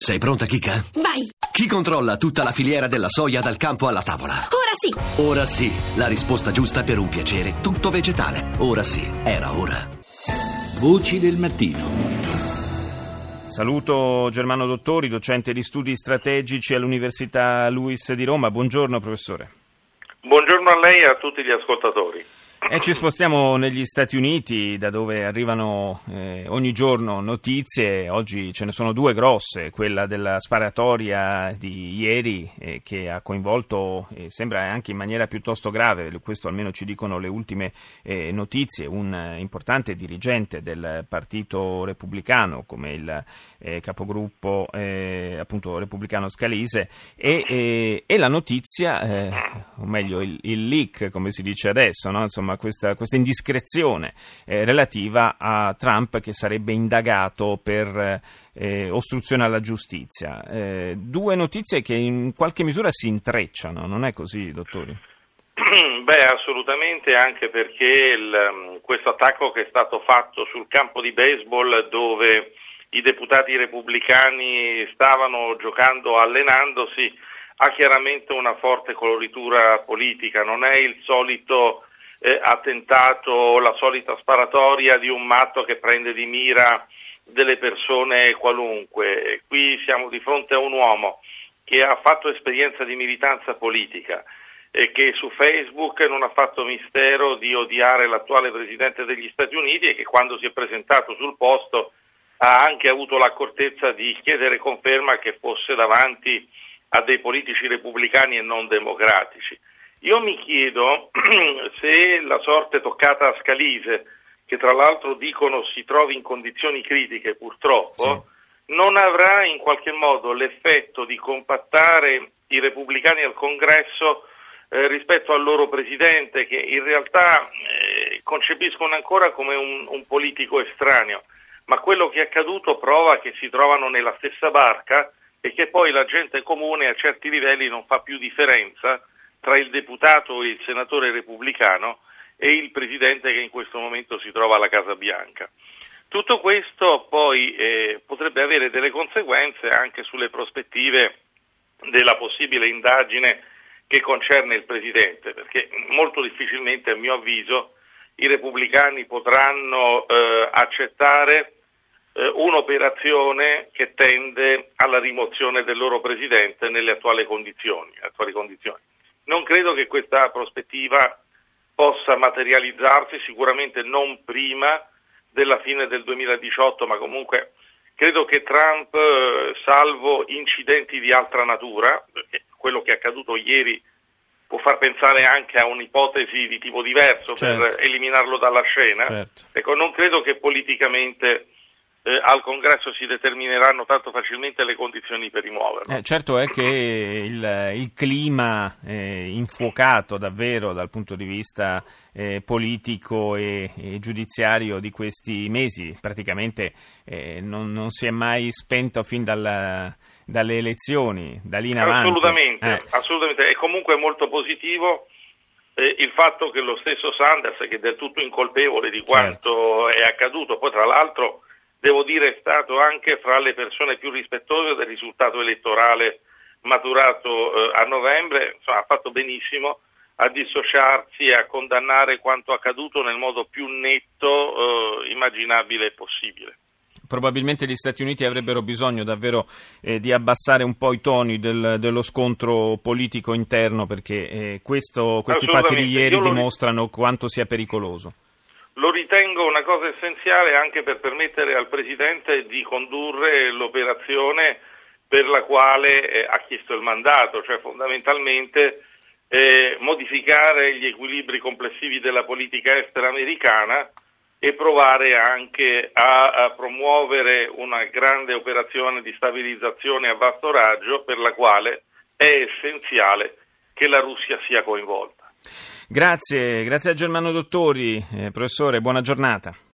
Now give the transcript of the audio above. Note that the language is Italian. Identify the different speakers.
Speaker 1: Sei pronta, Kika?
Speaker 2: Vai!
Speaker 1: Chi controlla tutta la filiera della soia dal campo alla tavola?
Speaker 2: Ora sì!
Speaker 1: Ora sì, la risposta giusta per un piacere tutto vegetale. Ora sì, era ora.
Speaker 3: Voci del mattino.
Speaker 4: Saluto Germano Dottori, docente di studi strategici all'Università Luis di Roma. Buongiorno professore.
Speaker 5: Buongiorno a lei e a tutti gli ascoltatori.
Speaker 4: Ci spostiamo negli Stati Uniti, da dove arrivano ogni giorno notizie. Oggi ce ne sono due grosse, quella della sparatoria di ieri che ha coinvolto, sembra anche in maniera piuttosto grave, questo almeno ci dicono le ultime notizie, un importante dirigente del Partito Repubblicano come il capogruppo appunto repubblicano Scalise e la notizia, o meglio il leak come si dice adesso, no? Insomma, questa indiscrezione relativa a Trump che sarebbe indagato per ostruzione alla giustizia. Due notizie che in qualche misura si intrecciano, non è così, dottori?
Speaker 5: Beh, assolutamente, anche perché questo attacco che è stato fatto sul campo di baseball, dove i deputati repubblicani stavano giocando, allenandosi, ha chiaramente una forte coloritura politica. Non è il solito attentato, la solita sparatoria di un matto che prende di mira delle persone qualunque. Qui siamo di fronte a un uomo che ha fatto esperienza di militanza politica e che su Facebook non ha fatto mistero di odiare l'attuale Presidente degli Stati Uniti e che quando si è presentato sul posto ha anche avuto l'accortezza di chiedere conferma che fosse davanti a dei politici repubblicani e non democratici. Io mi chiedo se la sorte toccata a Scalise, che tra l'altro dicono si trovi in condizioni critiche purtroppo, non avrà in qualche modo l'effetto di compattare i repubblicani al Congresso rispetto al loro presidente, che in realtà concepiscono ancora come un politico estraneo, ma quello che è accaduto prova che si trovano nella stessa barca e che poi la gente comune a certi livelli non fa più differenza tra il deputato e il senatore repubblicano e il presidente che in questo momento si trova alla Casa Bianca. Tutto questo poi potrebbe avere delle conseguenze anche sulle prospettive della possibile indagine che concerne il presidente, perché molto difficilmente, a mio avviso, i repubblicani potranno accettare un'operazione che tende alla rimozione del loro presidente nelle attuali condizioni. Non credo che questa prospettiva possa materializzarsi, sicuramente non prima della fine del 2018, ma comunque credo che Trump, salvo incidenti di altra natura, perché quello che è accaduto ieri può far pensare anche a un'ipotesi di tipo diverso, certo, per eliminarlo dalla scena, certo. Ecco, non credo che politicamente al Congresso si determineranno tanto facilmente le condizioni per rimuoverlo.
Speaker 4: Certo è che il clima infuocato davvero dal punto di vista politico e giudiziario di questi mesi praticamente non si è mai spento fin dalle elezioni, da lì in avanti.
Speaker 5: Assolutamente, è comunque molto positivo il fatto che lo stesso Sanders, che è del tutto incolpevole di quanto è accaduto, poi tra l'altro devo dire è stato anche fra le persone più rispettose del risultato elettorale maturato a novembre, insomma, ha fatto benissimo a dissociarsi e a condannare quanto accaduto nel modo più netto immaginabile e possibile.
Speaker 4: Probabilmente gli Stati Uniti avrebbero bisogno davvero di abbassare un po' i toni dello scontro politico interno, perché questi fatti di ieri dimostrano quanto sia pericoloso.
Speaker 5: Lo ritengo una cosa essenziale anche per permettere al Presidente di condurre l'operazione per la quale ha chiesto il mandato, cioè fondamentalmente modificare gli equilibri complessivi della politica estera americana e provare anche a promuovere una grande operazione di stabilizzazione a vasto raggio per la quale è essenziale che la Russia sia coinvolta.
Speaker 4: Grazie a Germano Dottori, professore, buona giornata.